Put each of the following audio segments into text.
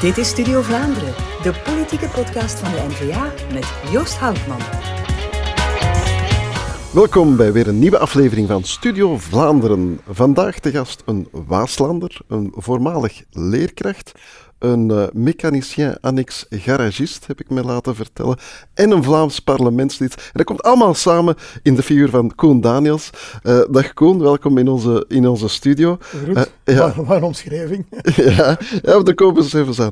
Dit is Studio Vlaanderen, de politieke podcast van de N-VA met Joost Houtman. Welkom bij weer een nieuwe aflevering van Studio Vlaanderen. Vandaag te gast een Waaslander, een voormalig leerkracht, een mechanicien annex garagist, heb ik me laten vertellen, en een Vlaams parlementslid. En dat komt allemaal samen in de figuur van Koen Daniels. Dag Koen, welkom in onze studio. Goed, wat een omschrijving. Ja, daar komen we eens even aan.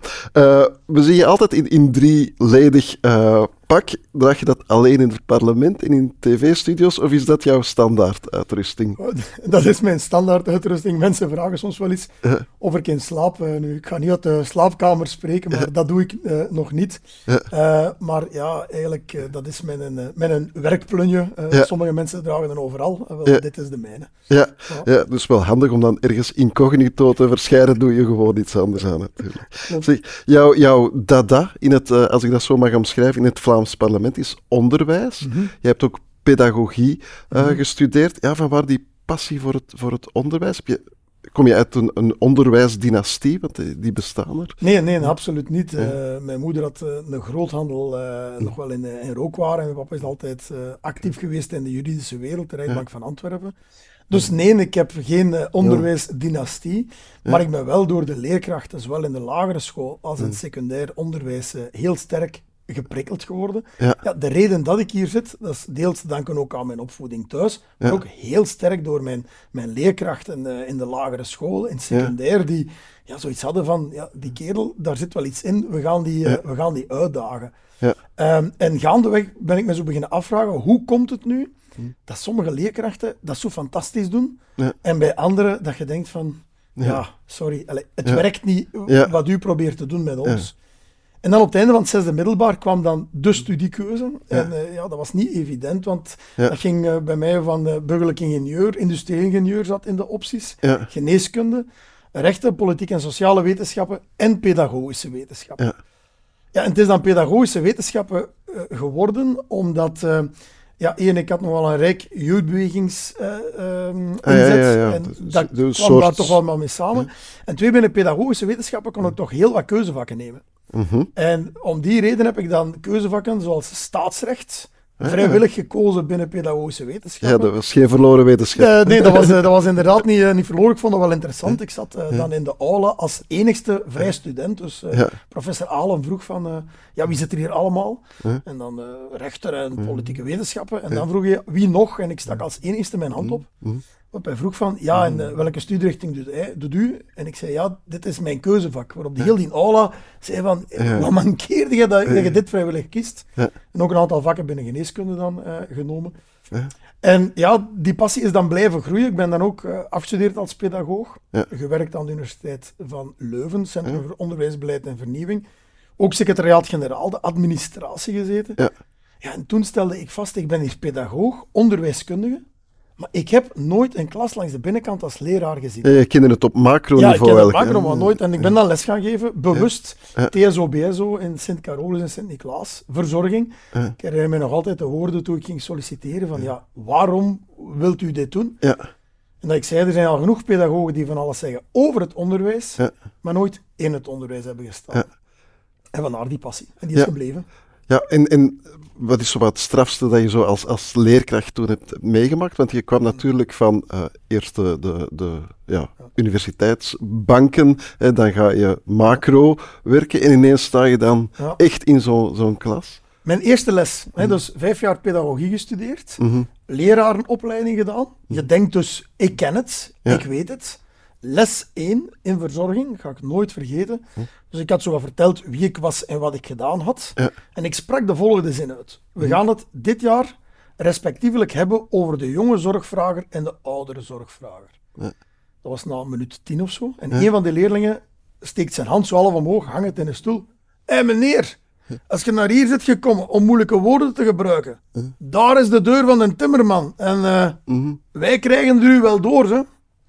We zien je altijd in drieledig pak. Draag je dat alleen in het parlement en in tv-studio's, of is dat jouw standaard uitrusting? Dat is mijn standaard uitrusting. Mensen vragen soms wel eens of ik in slaap. Nu, ik ga niet uit de slaapkamer spreken, maar dat doe ik nog niet. Maar ja, eigenlijk, dat is mijn werkplunje. Sommige mensen dragen het overal. Dit is de mijne. Ja, dus wel handig om dan ergens incognito te verschijnen, doe je gewoon iets anders aan natuurlijk. Zeg, jouw dada, als ik dat zo mag omschrijven, in het Vlaams parlement is onderwijs. Mm-hmm. Je hebt ook pedagogie gestudeerd. Ja, vanwaar die passie voor het onderwijs? Kom je uit een onderwijsdynastie? Want die bestaan er? Nee, absoluut niet. Mijn moeder had een groothandel nog wel in Rookwaren. En mijn papa is altijd actief geweest in de juridische wereld, de Rijksbank van Antwerpen. Dus nee, ik heb geen onderwijsdynastie, maar ik ben wel door de leerkrachten, zowel in de lagere school als in het secundair onderwijs, heel sterk geprikkeld geworden. Ja, de reden dat ik hier zit, dat is deels te danken ook aan mijn opvoeding thuis, maar ook heel sterk door mijn leerkrachten in de lagere school, in het secundair, die zoiets hadden van, die kerel, daar zit wel iets in, we gaan die uitdagen. Ja. En gaandeweg ben ik me zo beginnen afvragen, hoe komt het nu dat sommige leerkrachten dat zo fantastisch doen, en bij anderen dat je denkt van, sorry, het werkt niet wat u probeert te doen met ons. En dan op het einde van het zesde middelbaar kwam dan de studiekeuze. En dat was niet evident, want dat ging bij mij van burgerlijk ingenieur, industrieel ingenieur zat in de opties, geneeskunde, rechten, politiek en sociale wetenschappen en pedagogische wetenschappen. Ja, en het is dan pedagogische wetenschappen geworden, omdat... ik had nog wel een rijk jeugdbewegingsinzet en dat kwam daar toch wel mee samen. En twee, binnen pedagogische wetenschappen kon ik toch heel wat keuzevakken nemen. En om die reden heb ik dan keuzevakken zoals staatsrecht vrijwillig gekozen binnen pedagogische wetenschappen. Ja, dat was geen verloren wetenschap. Nee, dat was inderdaad niet verloren. Ik vond dat wel interessant. Ik zat dan in de aula als enigste vrij student. Dus professor Alen vroeg van, wie zit er hier allemaal? En dan rechter en politieke wetenschappen. En dan vroeg je, wie nog? En ik stak als enigste mijn hand op. Waarop hij vroeg van, en welke studierichting doet u? En ik zei, dit is mijn keuzevak. Waarop de heel die aula zei van, wat mankeerde je dat je dit vrijwillig kiest? En ook een aantal vakken binnen geneeskunde dan genomen. En die passie is dan blijven groeien. Ik ben dan ook afgestudeerd als pedagoog. Gewerkt aan de Universiteit van Leuven, Centrum voor Onderwijsbeleid en Vernieuwing. Ook secretariaat-generaal, de administratie gezeten. En toen stelde ik vast, ik ben hier pedagoog, onderwijskundige. Maar ik heb nooit een klas langs de binnenkant als leraar gezien. Je kende het op macroniveau. Ja, ik ken het op macro, maar nooit. En ik ben dan les gaan geven, bewust, TSO, BSO in Sint-Carolus en Sint-Niklaas, verzorging. Ik herinner me nog altijd de woorden toen ik ging solliciteren van, waarom wilt u dit doen? En dat ik zei, er zijn al genoeg pedagogen die van alles zeggen over het onderwijs, maar nooit in het onderwijs hebben gestaan. En vandaar die passie. En die is gebleven. Ja, en wat is zo wat het strafste dat je zo als leerkracht toen hebt meegemaakt? Want je kwam natuurlijk van eerst de universiteitsbanken, dan ga je macro werken en ineens sta je dan echt in zo'n klas. Mijn eerste les, dus 5 jaar pedagogie gestudeerd, lerarenopleiding gedaan. Je denkt dus, ik ken het, ik weet het. Les 1 in verzorging, ga ik nooit vergeten. Dus ik had zo wat verteld wie ik was en wat ik gedaan had. En ik sprak de volgende zin uit. We gaan het dit jaar respectievelijk hebben over de jonge zorgvrager en de oudere zorgvrager. Dat was na minuut 10 of zo. En een van de leerlingen steekt zijn hand zo half omhoog, hangt in een stoel. Hé meneer, als je naar hier zit gekomen om moeilijke woorden te gebruiken, daar is de deur van de timmerman. En wij krijgen er u wel door, hè.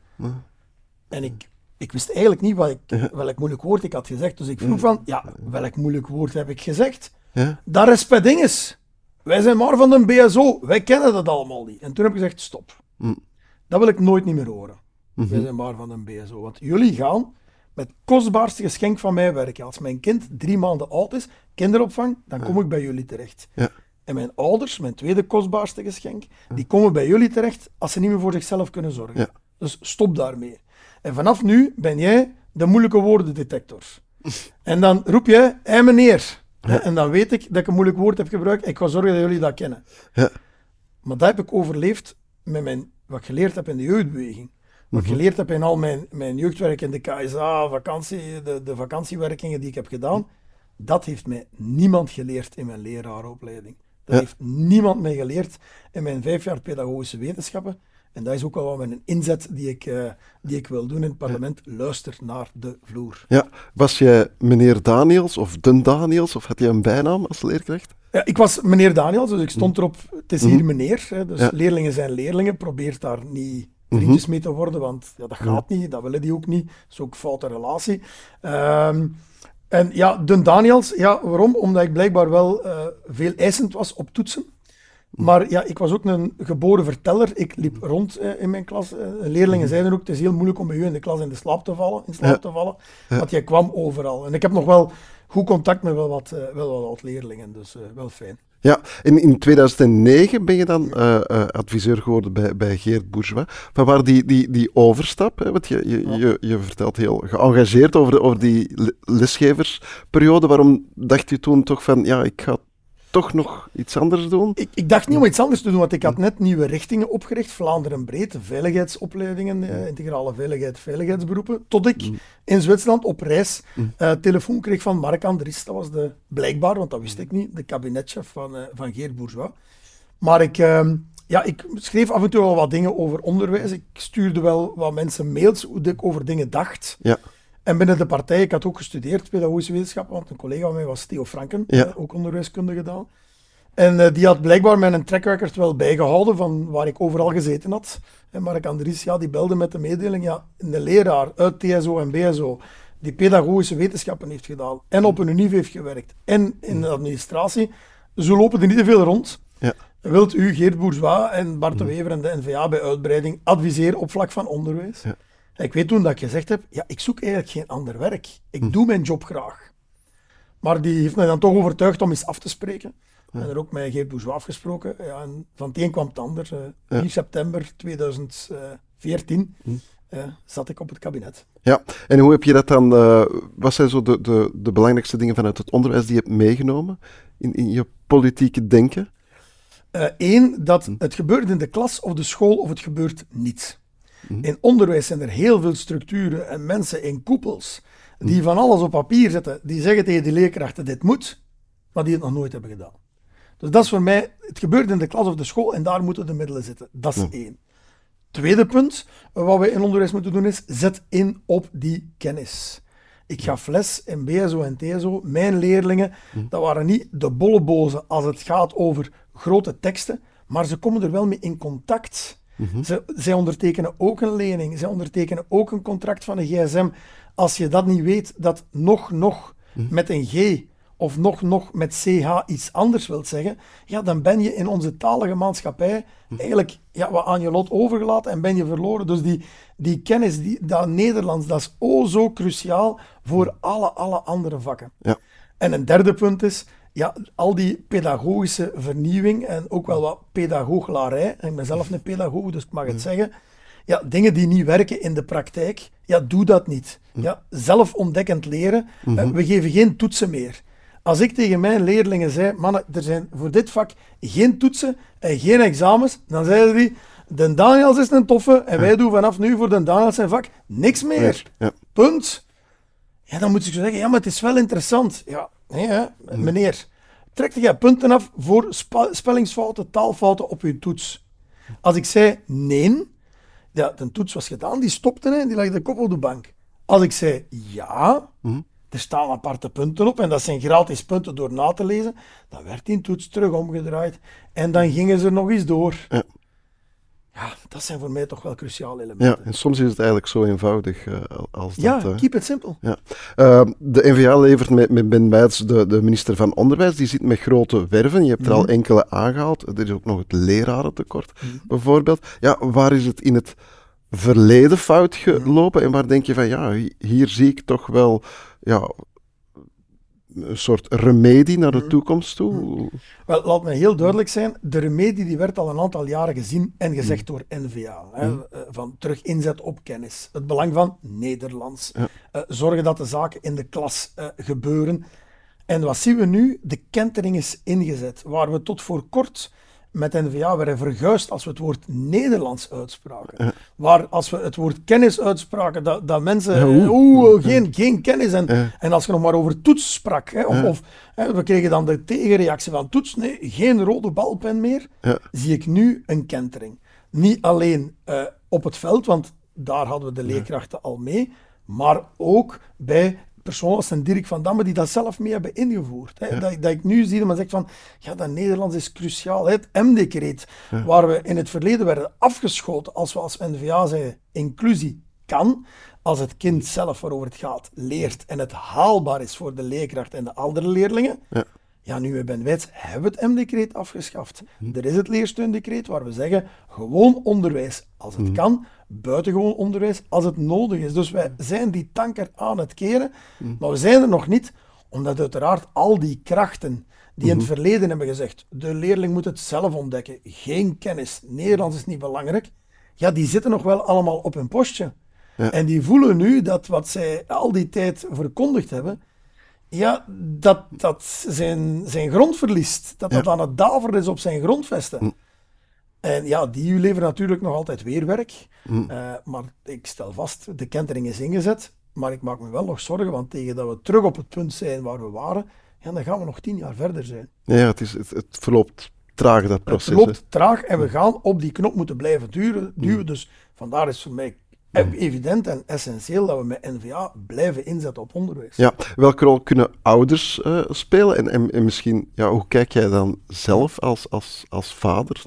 En ik wist eigenlijk niet welk moeilijk woord ik had gezegd. Dus ik vroeg van, welk moeilijk woord heb ik gezegd? Dat respect ding is. Wij zijn maar van de BSO. Wij kennen dat allemaal niet. En toen heb ik gezegd, stop. Dat wil ik nooit niet meer horen. Wij zijn maar van de BSO. Want jullie gaan met het kostbaarste geschenk van mij werken. Als mijn kind 3 maanden oud is, kinderopvang, dan kom ik bij jullie terecht. Ja. En mijn ouders, mijn tweede kostbaarste geschenk, die komen bij jullie terecht als ze niet meer voor zichzelf kunnen zorgen. Ja. Dus stop daarmee. En vanaf nu ben jij de moeilijke woordendetector. En dan roep jij, hé meneer. Ja. En dan weet ik dat ik een moeilijk woord heb gebruikt. Ik ga zorgen dat jullie dat kennen. Ja. Maar dat heb ik overleefd met wat ik geleerd heb in de jeugdbeweging. Wat ik geleerd heb in al mijn jeugdwerk in de KSA, de vakantiewerkingen die ik heb gedaan. Dat heeft mij niemand geleerd in mijn leraaropleiding. Dat heeft niemand mij geleerd in mijn 5 jaar pedagogische wetenschappen. En dat is ook wel mijn inzet die ik wil doen in het parlement. Luister naar de vloer. Ja, was jij meneer Daniels of Den Daniels, of had je een bijnaam als leerkracht? Ja, ik was meneer Daniels, dus ik stond erop, het is hier meneer. Hè, dus leerlingen zijn leerlingen, probeer daar niet vriendjes mee te worden, want dat gaat niet, dat willen die ook niet. Dat is ook een foute relatie. En ja, Den Daniels, waarom? Omdat ik blijkbaar wel veel eisend was op toetsen. Maar ja, ik was ook een geboren verteller. Ik liep rond in mijn klas. Leerlingen zeiden ook, het is heel moeilijk om bij u in de klas in slaap te vallen. Want jij kwam overal. En ik heb nog wel goed contact met wel wat leerlingen, dus wel fijn. Ja, in 2009 ben je dan adviseur geworden bij Geert Bourgeois. Van waar die overstap, hè? Want je vertelt heel geëngageerd over die lesgeversperiode. Waarom dacht je toen toch van, ja, ik ga toch nog iets anders doen? Ik dacht niet om iets anders te doen, want ik had net nieuwe richtingen opgericht, Vlaanderen breed, veiligheidsopleidingen, integrale veiligheidsberoepen, tot ik in Zwitserland op reis telefoon kreeg van Mark Andries. Dat was blijkbaar, want dat wist ik niet, de kabinetchef van Geert Bourgeois. Maar ik schreef af en toe wel wat dingen over onderwijs. Ik stuurde wel wat mensen mails, hoe ik over dingen dacht. Ja. En binnen de partij, ik had ook gestudeerd pedagogische wetenschappen, want een collega van mij was Theo Franken, ook onderwijskunde gedaan. En die had blijkbaar mijn trackrecord wel bijgehouden van waar ik overal gezeten had. En Mark Andries, die belde met de mededeling, een leraar uit TSO en BSO, die pedagogische wetenschappen heeft gedaan en op een unief heeft gewerkt en in de administratie, zo lopen er niet te veel rond. Ja. Wilt u Geert Bourgeois en Bart de Wever en de NVA bij uitbreiding adviseren op vlak van onderwijs? Ja. Ik weet toen dat ik gezegd heb, ik zoek eigenlijk geen ander werk. Ik doe mijn job graag. Maar die heeft mij dan toch overtuigd om eens af te spreken. En er ook met Geert Bourgeois afgesproken. Ja, en van het een kwam het ander. 4 september 2014 zat ik op het kabinet. Ja, en hoe heb je dat dan... wat zijn zo de belangrijkste dingen vanuit het onderwijs die je hebt meegenomen in je politieke denken? Eén, dat het gebeurt in de klas of de school of het gebeurt niet. In onderwijs zijn er heel veel structuren en mensen in koepels die van alles op papier zetten, die zeggen tegen die leerkrachten dit moet, maar die het nog nooit hebben gedaan. Dus dat is voor mij, het gebeurt in de klas of de school en daar moeten de middelen zitten. Dat is één. Tweede punt, wat we in onderwijs moeten doen is, zet in op die kennis. Ik gaf les in BSO en TSO, mijn leerlingen, dat waren niet de bollebozen als het gaat over grote teksten, maar ze komen er wel mee in contact. Zij ondertekenen ook een lening, zij ondertekenen ook een contract van een gsm. Als je dat niet weet, dat nog met een G of nog met CH iets anders wilt zeggen, dan ben je in onze talige maatschappij eigenlijk wat aan je lot overgelaten en ben je verloren. Dus die kennis, dat Nederlands, dat is zo cruciaal voor alle andere vakken. Ja. En een derde punt is, al die pedagogische vernieuwing en ook wel wat pedagooglarij, en ik ben zelf een pedagoog, dus ik mag het zeggen, dingen die niet werken in de praktijk, doe dat niet. Zelf ontdekkend leren, we geven geen toetsen meer. Als ik tegen mijn leerlingen zei, mannen, er zijn voor dit vak geen toetsen en geen examens, dan zeiden die, de Daniels is een toffe en wij doen vanaf nu voor de Daniels zijn vak niks meer. Ja. Punt. Dan moet ik zo zeggen, maar het is wel interessant. Nee, meneer, trek jij punten af voor spellingsfouten, taalfouten op uw toets? Als ik zei nee, de toets was gedaan, die stopte en die lag de kop op de bank. Als ik zei ja, er staan aparte punten op en dat zijn gratis punten door na te lezen, dan werd die toets terug omgedraaid en dan gingen ze er nog eens door. Ja, dat zijn voor mij toch wel cruciale elementen. Ja, en soms is het eigenlijk zo eenvoudig als dat. Ja, keep it simple. Ja. De NVA levert met Ben Meijts, de minister van Onderwijs, die zit met grote werven. Je hebt er al enkele aangehaald. Er is ook nog het lerarentekort, bijvoorbeeld. Ja, waar is het in het verleden fout gelopen en waar denk je van, ja, hier zie ik toch wel een soort remedie naar de toekomst toe? Wel, laat me heel duidelijk zijn, de remedie die werd al een aantal jaren gezien en gezegd door NVA. Van terug inzet op kennis. Het belang van Nederlands. Zorgen dat de zaken in de klas gebeuren. En wat zien we nu? De kentering is ingezet. Waar we tot voor kort met NVA werden verguisd als we het woord Nederlands uitspraken. Waar als we het woord kennis uitspraken, dat mensen... geen kennis. En als je nog maar over toets sprak, we kregen dan de tegenreactie van toets, nee, geen rode balpen meer, zie ik nu een kentering. Niet alleen op het veld, want daar hadden we de leerkrachten al mee, maar ook bij personen als Dirk van Damme die dat zelf mee hebben ingevoerd. Dat ik nu zie dat men zegt van, ja, dat Nederlands is cruciaal. Het M-decreet, waar we in het verleden werden afgeschoten als we als NVA zeiden, inclusie kan, als het kind zelf waarover het gaat leert en het haalbaar is voor de leerkracht en de andere leerlingen. Ja, nu bij Wijts hebben we het M-decreet afgeschaft. Er is het leersteundecreet waar we zeggen, gewoon onderwijs als het kan, buitengewoon onderwijs als het nodig is. Dus wij zijn die tanker aan het keren, maar we zijn er nog niet, omdat uiteraard al die krachten die in het verleden hebben gezegd, de leerling moet het zelf ontdekken, geen kennis, Nederlands is niet belangrijk, ja, die zitten nog wel allemaal op hun postje. En die voelen nu dat wat zij al die tijd verkondigd hebben, ja, dat zijn grond verliest. Dat aan het daveren is op zijn grondvesten. En ja, die leveren natuurlijk nog altijd weerwerk. Maar ik stel vast, de kentering is ingezet. Maar ik maak me wel nog zorgen, want tegen dat we terug op het punt zijn waar we waren, ja, dan gaan we nog 10 jaar verder zijn. Ja, het verloopt traag, dat proces. Het verloopt traag en we gaan op die knop moeten blijven duwen. Dus vandaar is voor mij evident en essentieel dat we met NVA blijven inzetten op onderwijs. Ja, welke rol kunnen ouders spelen? En misschien, hoe kijk jij dan zelf als vader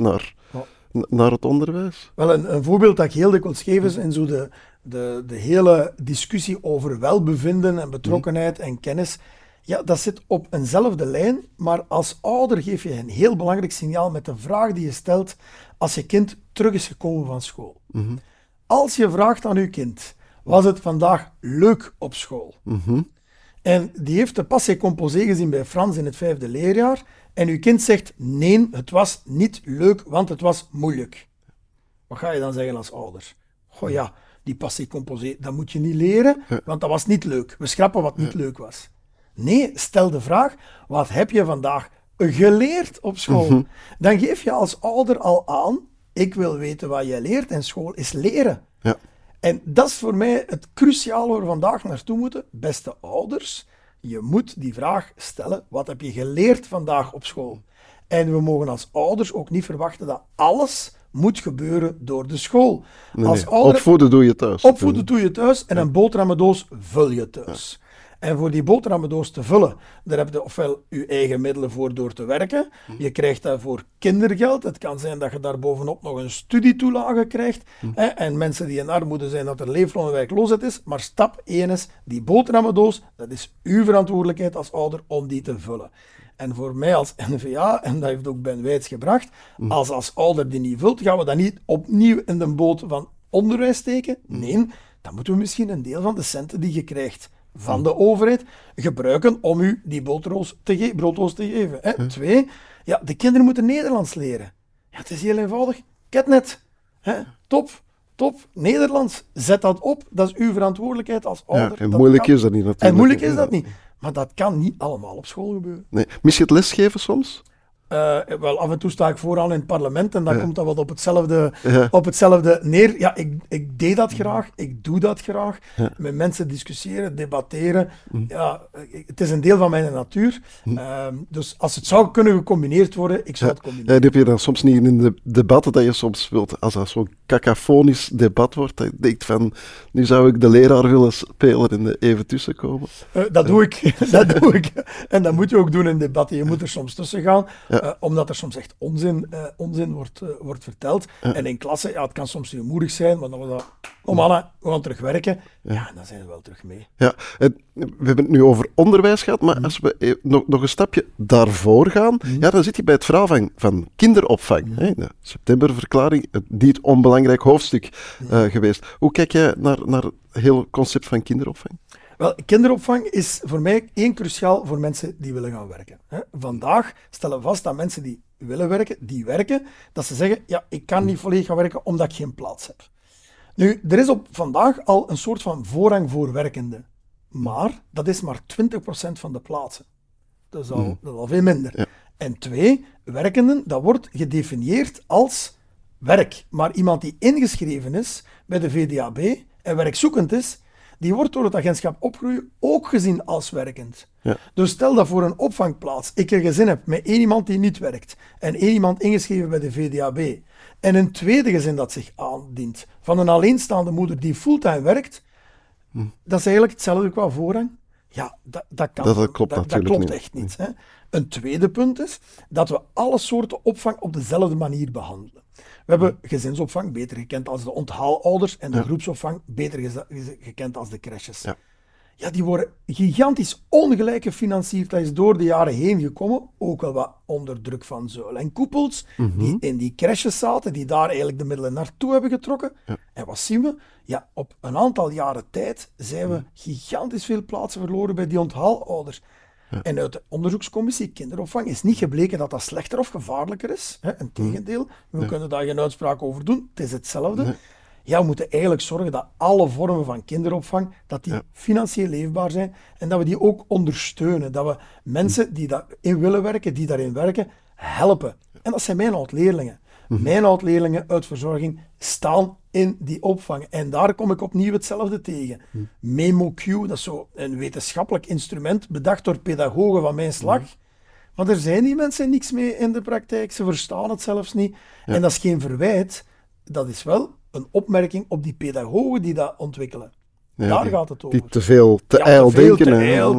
naar het onderwijs? Wel, een voorbeeld dat ik heel dikwijls geef is in zo de hele discussie over welbevinden en betrokkenheid en kennis. Ja, dat zit op eenzelfde lijn, maar als ouder geef je een heel belangrijk signaal met de vraag die je stelt als je kind terug is gekomen van school. Als je vraagt aan uw kind, was het vandaag leuk op school? En die heeft de passé composé gezien bij Frans in het 5e leerjaar. En uw kind zegt, nee, het was niet leuk, want het was moeilijk. Wat ga je dan zeggen als ouder? Goh ja, die passé composé, dat moet je niet leren, want dat was niet leuk. We schrappen wat niet leuk was. Nee, stel de vraag, wat heb je vandaag geleerd op school? Dan geef je als ouder al aan, ik wil weten wat jij leert en school is leren. Ja. En dat is voor mij het cruciale waar we vandaag naartoe moeten. Beste ouders, je moet die vraag stellen, wat heb je geleerd vandaag op school? En we mogen als ouders ook niet verwachten dat alles moet gebeuren door de school. Nee. Opvoeden doe je thuis. Opvoeden doe je thuis en een boterhammendoos vul je thuis. En voor die boterhammendoos te vullen, daar heb je ofwel je eigen middelen voor door te werken. Je krijgt daarvoor kindergeld. Het kan zijn dat je daar bovenop nog een studietoelage krijgt. En mensen die in armoede zijn, dat er leefloon en werkloosheid is. Maar stap 1 is, die boterhammendoos, dat is uw verantwoordelijkheid als ouder om die te vullen. En voor mij als NVA, en dat heeft ook Ben Wijts gebracht, als ouder die niet vult, gaan we dat niet opnieuw in de boot van onderwijs steken. Nee, dan moeten we misschien een deel van de centen die je krijgt van de overheid gebruiken om u die broodroos te geven. 2, ja, de kinderen moeten Nederlands leren. Ja, het is heel eenvoudig. Ketnet. Top. Nederlands. Zet dat op. Dat is uw verantwoordelijkheid als ouder. En moeilijk is dat niet natuurlijk. En moeilijk is dat niet. Maar dat kan niet allemaal op school gebeuren. Nee. Mis je het lesgeven soms? Wel, af en toe sta ik vooraan in het parlement en dan komt dat wat op hetzelfde neer. Ja, ik deed dat graag, ik doe dat graag. Met mensen discussiëren, debatteren. Ja, het is een deel van mijn natuur. Dus als het zou kunnen gecombineerd worden, ik zou het combineren. Ja, heb je dan soms niet in de debatten dat je soms wilt, als dat zo'n cacafonisch debat wordt, dat je denkt van, nu zou ik de leraar willen spelen en er even tussenkomen? Dat doe ik. En dat moet je ook doen in debatten. Je moet er soms tussen gaan. Omdat er soms echt onzin wordt verteld. En in klasse, ja, het kan soms heel moedig zijn, maar dan we mannen, we gaan terug werken. Ja, en dan zijn we wel terug mee. Ja, en we hebben het nu over onderwijs gehad, maar als we nog een stapje daarvoor gaan, ja, dan zit je bij het verhaal van kinderopvang. Hè? De septemberverklaring, het niet onbelangrijk hoofdstuk geweest. Hoe kijk jij naar het hele concept van kinderopvang? Wel, kinderopvang is voor mij cruciaal voor mensen die willen gaan werken. Vandaag stellen we vast dat mensen die willen werken, dat ze zeggen, ja, ik kan niet volledig gaan werken omdat ik geen plaats heb. Nu, er is op vandaag al een soort van voorrang voor werkenden. Maar dat is maar 20% van de plaatsen. Dat is al veel minder. Ja. En 2, werkenden, dat wordt gedefinieerd als werk. Maar iemand die ingeschreven is bij de VDAB en werkzoekend is, die wordt door het agentschap opgroeien ook gezien als werkend. Ja. Dus stel dat voor een opvangplaats ik een gezin heb met 1 iemand die niet werkt en 1 iemand ingeschreven bij de VDAB en een tweede gezin dat zich aandient van een alleenstaande moeder die fulltime werkt, dat is eigenlijk hetzelfde qua voorrang. Ja, dat kan. Dat klopt echt niet. Hè. Een tweede punt is dat we alle soorten opvang op dezelfde manier behandelen. We hebben gezinsopvang, beter gekend als de onthaalouders, en de groepsopvang, beter gekend als de crèches. Ja, die worden gigantisch ongelijk gefinancierd. Dat is door de jaren heen gekomen, ook wel wat onder druk van zuilen en koepels, die in die crèches zaten, die daar eigenlijk de middelen naartoe hebben getrokken. Ja. En wat zien we? Ja, op een aantal jaren tijd zijn we gigantisch veel plaatsen verloren bij die onthaalouders. Ja. En uit de onderzoekscommissie kinderopvang is niet gebleken dat dat slechter of gevaarlijker is. Integendeel, we kunnen daar geen uitspraak over doen. Het is hetzelfde. Nee. Ja, we moeten eigenlijk zorgen dat alle vormen van kinderopvang, dat die financieel leefbaar zijn en dat we die ook ondersteunen. Dat we mensen die daarin willen werken, die daarin werken, helpen. En dat zijn mijn oud-leerlingen. Mijn oud-leerlingen uit verzorging staan in die opvang. En daar kom ik opnieuw hetzelfde tegen. MemoQ, dat is zo een wetenschappelijk instrument bedacht door pedagogen van mijn slag. Maar er zijn die mensen niks mee in de praktijk. Ze verstaan het zelfs niet. Ja. En dat is geen verwijt. Dat is wel een opmerking op die pedagogen die dat ontwikkelen. Ja, daar gaat het over. Die te ijl denken.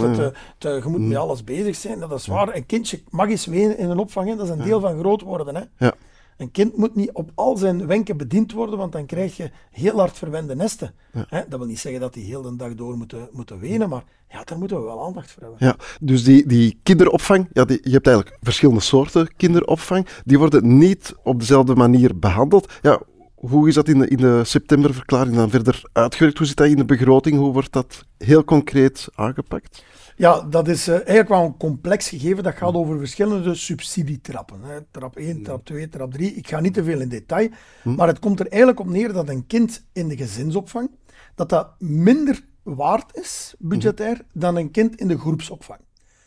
Je moet met alles bezig zijn, dat is waar. Een kindje mag eens wenen in een opvang, hè. Dat is een deel van groot worden. Hè. Ja. Een kind moet niet op al zijn wenken bediend worden, want dan krijg je heel hard verwende nesten. Ja. Dat wil niet zeggen dat die heel de dag door moeten wenen, maar ja, daar moeten we wel aandacht voor hebben. Ja, dus die kinderopvang, je hebt eigenlijk verschillende soorten kinderopvang, die worden niet op dezelfde manier behandeld. Ja, hoe is dat in de septemberverklaring dan verder uitgewerkt? Hoe zit dat in de begroting? Hoe wordt dat heel concreet aangepakt? Ja, dat is eigenlijk wel een complex gegeven. Dat gaat over verschillende subsidietrappen. Trap 1, trap 2, trap 3. Ik ga niet te veel in detail. Maar het komt er eigenlijk op neer dat een kind in de gezinsopvang, dat minder waard is, budgetair, dan een kind in de groepsopvang.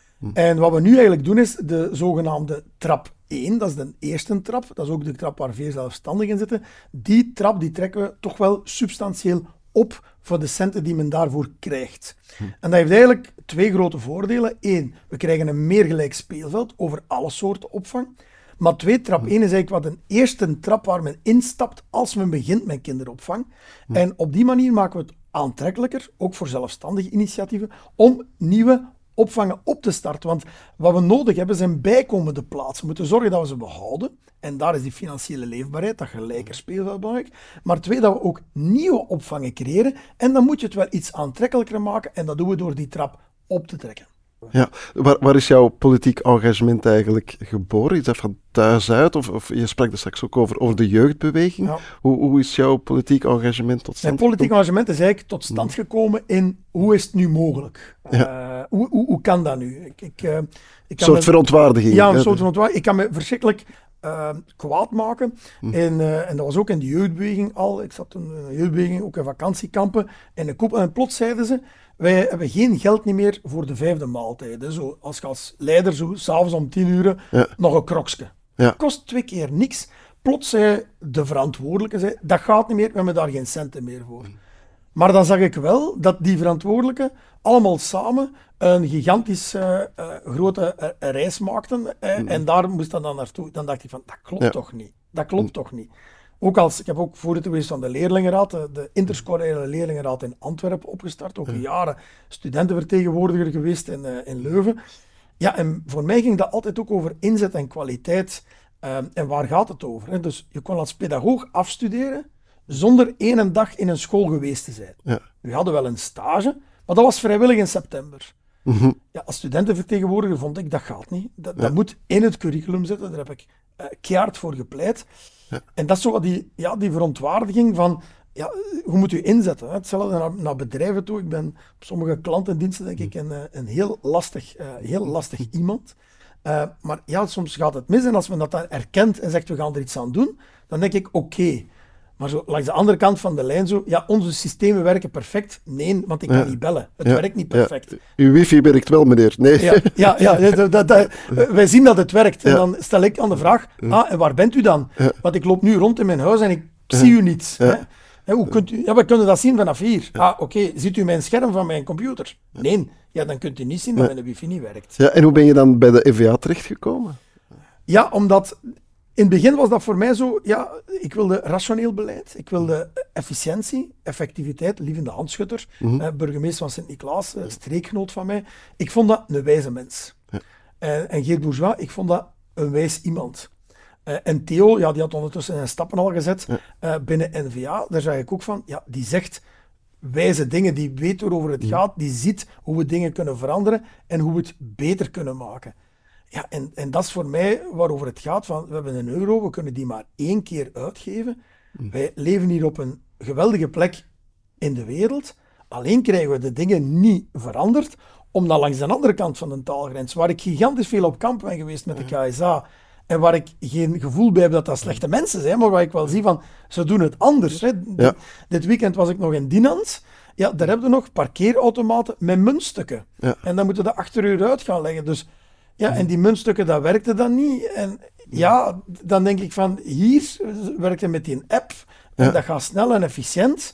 En wat we nu eigenlijk doen is de zogenaamde trap 1, dat is de eerste trap, dat is ook de trap waar veel zelfstandigen zitten. Die trap die trekken we toch wel substantieel op voor de centen die men daarvoor krijgt. En dat heeft eigenlijk 2 grote voordelen. 1, we krijgen een meer gelijk speelveld over alle soorten opvang. Maar 2, trap 1 is eigenlijk wat een eerste trap waar men instapt als men begint met kinderopvang. En op die manier maken we het aantrekkelijker, ook voor zelfstandige initiatieven, om nieuwe opvangen op te starten. Want wat we nodig hebben zijn bijkomende plaatsen. We moeten zorgen dat we ze behouden. En daar is die financiële leefbaarheid, dat gelijker speelveld belangrijk. Maar 2, dat we ook nieuwe opvangen creëren. En dan moet je het wel iets aantrekkelijker maken. En dat doen we door die trap op te trekken. Ja, waar is jouw politiek engagement eigenlijk geboren? Is dat van thuis uit? Of je sprak er straks ook over de jeugdbeweging. Ja. Hoe is jouw politiek engagement tot stand gekomen? Mijn politiek engagement is eigenlijk tot stand gekomen in hoe is het nu mogelijk? Ja. Hoe kan dat nu? Een soort verontwaardiging. Ja, een soort verontwaardiging. Ik kan me verschrikkelijk kwaad maken. En dat was ook in de jeugdbeweging al. Ik zat in een jeugdbeweging, ook in vakantiekampen. En plots zeiden ze, wij hebben geen geld niet meer voor de 5e maaltijd. Zo, als je als leider zo s'avonds om 10:00 nog een krokske. Ja. Kost 2 keer niks. Plots zei de verantwoordelijke, dat gaat niet meer, we hebben daar geen centen meer voor. Maar dan zag ik wel dat die verantwoordelijken allemaal samen een gigantisch grote reis maakten. En daar moest dat dan naartoe. Dan dacht ik van, dat klopt toch niet. Dat klopt toch niet. Ik heb ook voorzitter geweest van de leerlingenraad, de interscolaire leerlingenraad in Antwerpen opgestart. Ook jaren studentenvertegenwoordiger geweest in Leuven. Ja, en voor mij ging dat altijd ook over inzet en kwaliteit. En waar gaat het over? Hè? Dus je kon als pedagoog afstuderen zonder 1 dag in een school geweest te zijn. Ja. We hadden wel een stage, Maar dat was vrijwillig in september. Mhm. Ja, als studentenvertegenwoordiger vond ik, dat gaat niet. Dat moet in het curriculum zitten, daar heb ik keihard voor gepleit. Ja. En dat is zo wat die verontwaardiging van, ja, hoe moet u inzetten? Hè? Hetzelfde naar bedrijven toe. Ik ben op sommige klantendiensten denk ik een heel lastig iemand. Maar ja, soms gaat het mis en als men dat dan erkent en zegt we gaan er iets aan doen, dan denk ik oké. Maar zo langs de andere kant van de lijn zo, ja, onze systemen werken perfect. Nee, want ik kan niet bellen. Het werkt niet perfect. Ja. Uw wifi werkt wel, meneer. Nee. Wij zien dat het werkt. En dan stel ik aan de vraag, en waar bent u dan? Want ik loop nu rond in mijn huis en ik zie u niet. Ja. Hoe kunt u, we kunnen dat zien vanaf hier. Oké, ziet u mijn scherm van mijn computer? Nee, dan kunt u niet zien dat mijn wifi niet werkt. Ja, en hoe ben je dan bij de NVA terechtgekomen? Ja, omdat in het begin was dat voor mij zo, ja, ik wilde rationeel beleid, ik wilde efficiëntie, effectiviteit, Lievende Handschutter, burgemeester van Sint-Niklaas, streekgenoot van mij. Ik vond dat een wijze mens. Ja. En Geert Bourgeois, ik vond dat een wijs iemand. En Theo, ja, die had ondertussen zijn stappen al gezet binnen NVA, daar zag ik ook van, ja, die zegt wijze dingen, die weet waarover het gaat, die ziet hoe we dingen kunnen veranderen en hoe we het beter kunnen maken. Ja, en dat is voor mij waarover het gaat. Van, we hebben €1, we kunnen die maar 1 keer uitgeven. Wij leven hier op een geweldige plek in de wereld. Alleen krijgen we de dingen niet veranderd, omdat langs de andere kant van de taalgrens, waar ik gigantisch veel op kamp ben geweest met de KSA, en waar ik geen gevoel bij heb dat dat slechte mensen zijn, maar waar ik wel zie van, ze doen het anders. Hè. Ja. Dit weekend was ik nog in Dinant. Ja, daar hebben we nog parkeerautomaten met muntstukken. Ja. En dan moeten we dat achter u uit gaan leggen. Dus ja, en die muntstukken, dat werkte dan niet. En ja, dan denk ik van, hier werkte met die app, en dat gaat snel en efficiënt.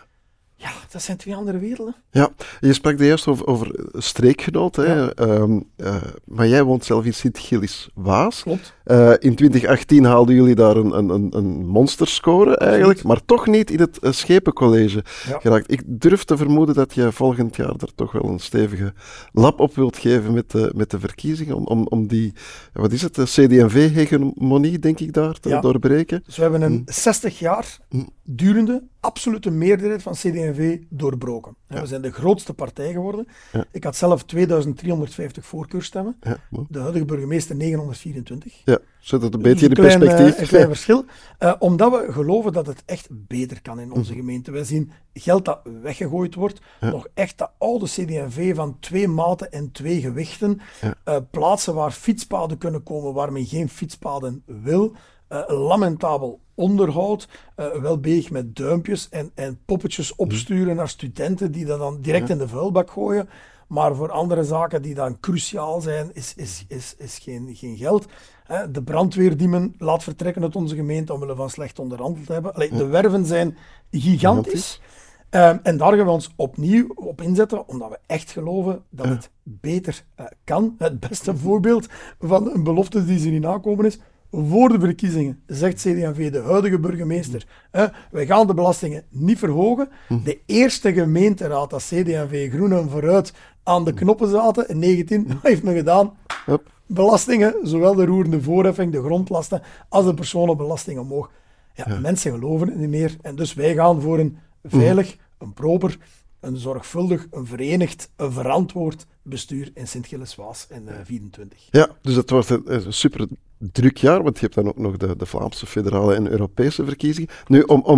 Ja, dat zijn 2 andere werelden. Ja, je sprak eerst over streekgenoot, hè? Ja. Maar jij woont zelf in Sint-Gilles-Waas. Klopt. In 2018 haalden jullie daar een monsterscore eigenlijk, maar toch niet in het Schepencollege geraakt. Ik durf te vermoeden dat je volgend jaar er toch wel een stevige lap op wilt geven met de verkiezingen, om die, wat is het, de CD&V-hegemonie, denk ik, daar te doorbreken. Dus we hebben een 60 jaar durende, absolute meerderheid van CD&V doorbroken. Ja. We zijn de grootste partij geworden. Ja. Ik had zelf 2350 voorkeurstemmen. Ja. De huidige burgemeester 924. Ja, zet het een beetje in perspectief. Een klein verschil. Omdat we geloven dat het echt beter kan in onze gemeente. Wij zien geld dat weggegooid wordt. Nog echt dat oude CD&V van 2 maten en 2 gewichten. Plaatsen waar fietspaden kunnen komen, waar men geen fietspaden wil. Lamentabel onderhoud, wel bezig met duimpjes en poppetjes opsturen naar studenten die dat dan direct in de vuilbak gooien. Maar voor andere zaken die dan cruciaal zijn, is geen geld. De brandweer die men laat vertrekken uit onze gemeente omwille van slecht onderhandeld hebben. Allee, de werven zijn gigantisch. En daar gaan we ons opnieuw op inzetten, omdat we echt geloven dat het beter kan. Het beste voorbeeld van een belofte die ze niet nakomen is, voor de verkiezingen zegt CD&V, de huidige burgemeester, wij gaan de belastingen niet verhogen. De eerste gemeenteraad dat CD&V Groen en Vooruit aan de knoppen zaten in 19, wat heeft men gedaan? Belastingen, zowel de roerende voorheffing, de grondlasten, als de personenbelasting omhoog. Ja, mensen geloven het niet meer. En dus wij gaan voor een veilig, een proper, een zorgvuldig, een verenigd, een verantwoord bestuur in Sint-Gilles-Waas in 24. Ja, dus het wordt een super druk jaar, want je hebt dan ook nog de Vlaamse federale en Europese verkiezingen. Nu,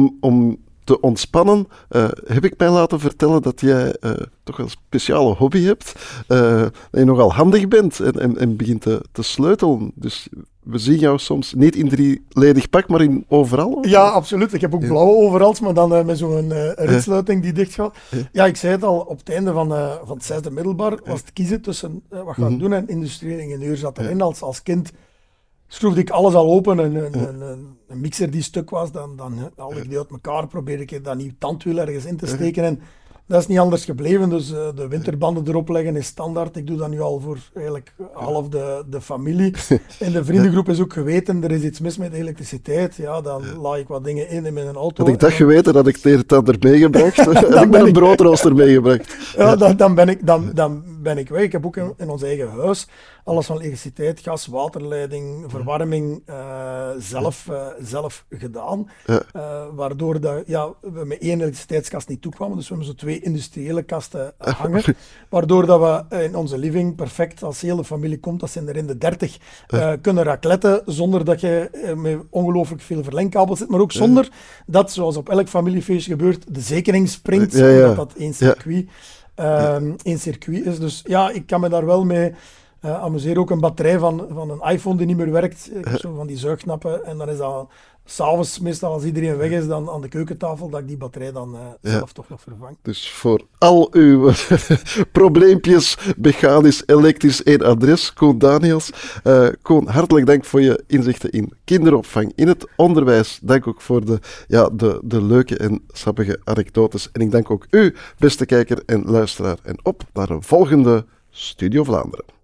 om te ontspannen, heb ik mij laten vertellen dat jij toch wel een speciale hobby hebt, dat je nogal handig bent en begint te sleutelen. Dus we zien jou soms niet in 3-ledig pak, maar in overal. Ja, absoluut. Ik heb ook blauwe overals, maar dan met zo'n ritsluiting die dicht gaat. Ja, ik zei het al, op het einde van het 6e middelbaar was het kiezen tussen wat ga ik doen en industrieel ingenieur zat erin. Als kind schroefde ik alles al open, een mixer die stuk was, dan haalde ik die uit elkaar, probeerde ik dat nieuw tandwiel ergens in te steken en dat is niet anders gebleven, dus de winterbanden erop leggen is standaard. Ik doe dat nu al voor eigenlijk half de familie. In de vriendengroep is ook geweten, er is iets mis met elektriciteit. Ja, dan laai ik wat dingen in mijn auto. Had ik dat geweten, dat ik het een en ander meegebracht. Had ik ben een broodrooster meegebracht. Ja, dan ben ik weg. Ik heb ook in ons eigen huis alles van elektriciteit, gas, waterleiding, verwarming zelf gedaan. Waardoor we met 1 elektriciteitskast niet toekwamen. Dus we hebben zo 2 industriële kasten hangen. Waardoor dat we in onze living perfect, als de hele familie komt, dat zijn er in de 30, kunnen racletten zonder dat je met ongelooflijk veel verlengkabels zit. Maar ook zonder dat, zoals op elk familiefeestje gebeurt, de zekering springt. Omdat dat één circuit is. Dus ja, ik kan me daar wel mee amuseren. Ook een batterij van een iPhone die niet meer werkt. Ik heb zo van die zuigknappen. En dan is dat 's avonds, meestal als iedereen weg is, dan aan de keukentafel, dat ik die batterij dan zelf toch nog vervang. Dus voor al uw probleempjes, mechanisch, elektrisch, één adres, Koen Daniels. Koen, hartelijk dank voor je inzichten in kinderopvang, in het onderwijs. Dank ook voor de leuke en sappige anekdotes. En ik dank ook u, beste kijker en luisteraar. En op naar een volgende Studio Vlaanderen.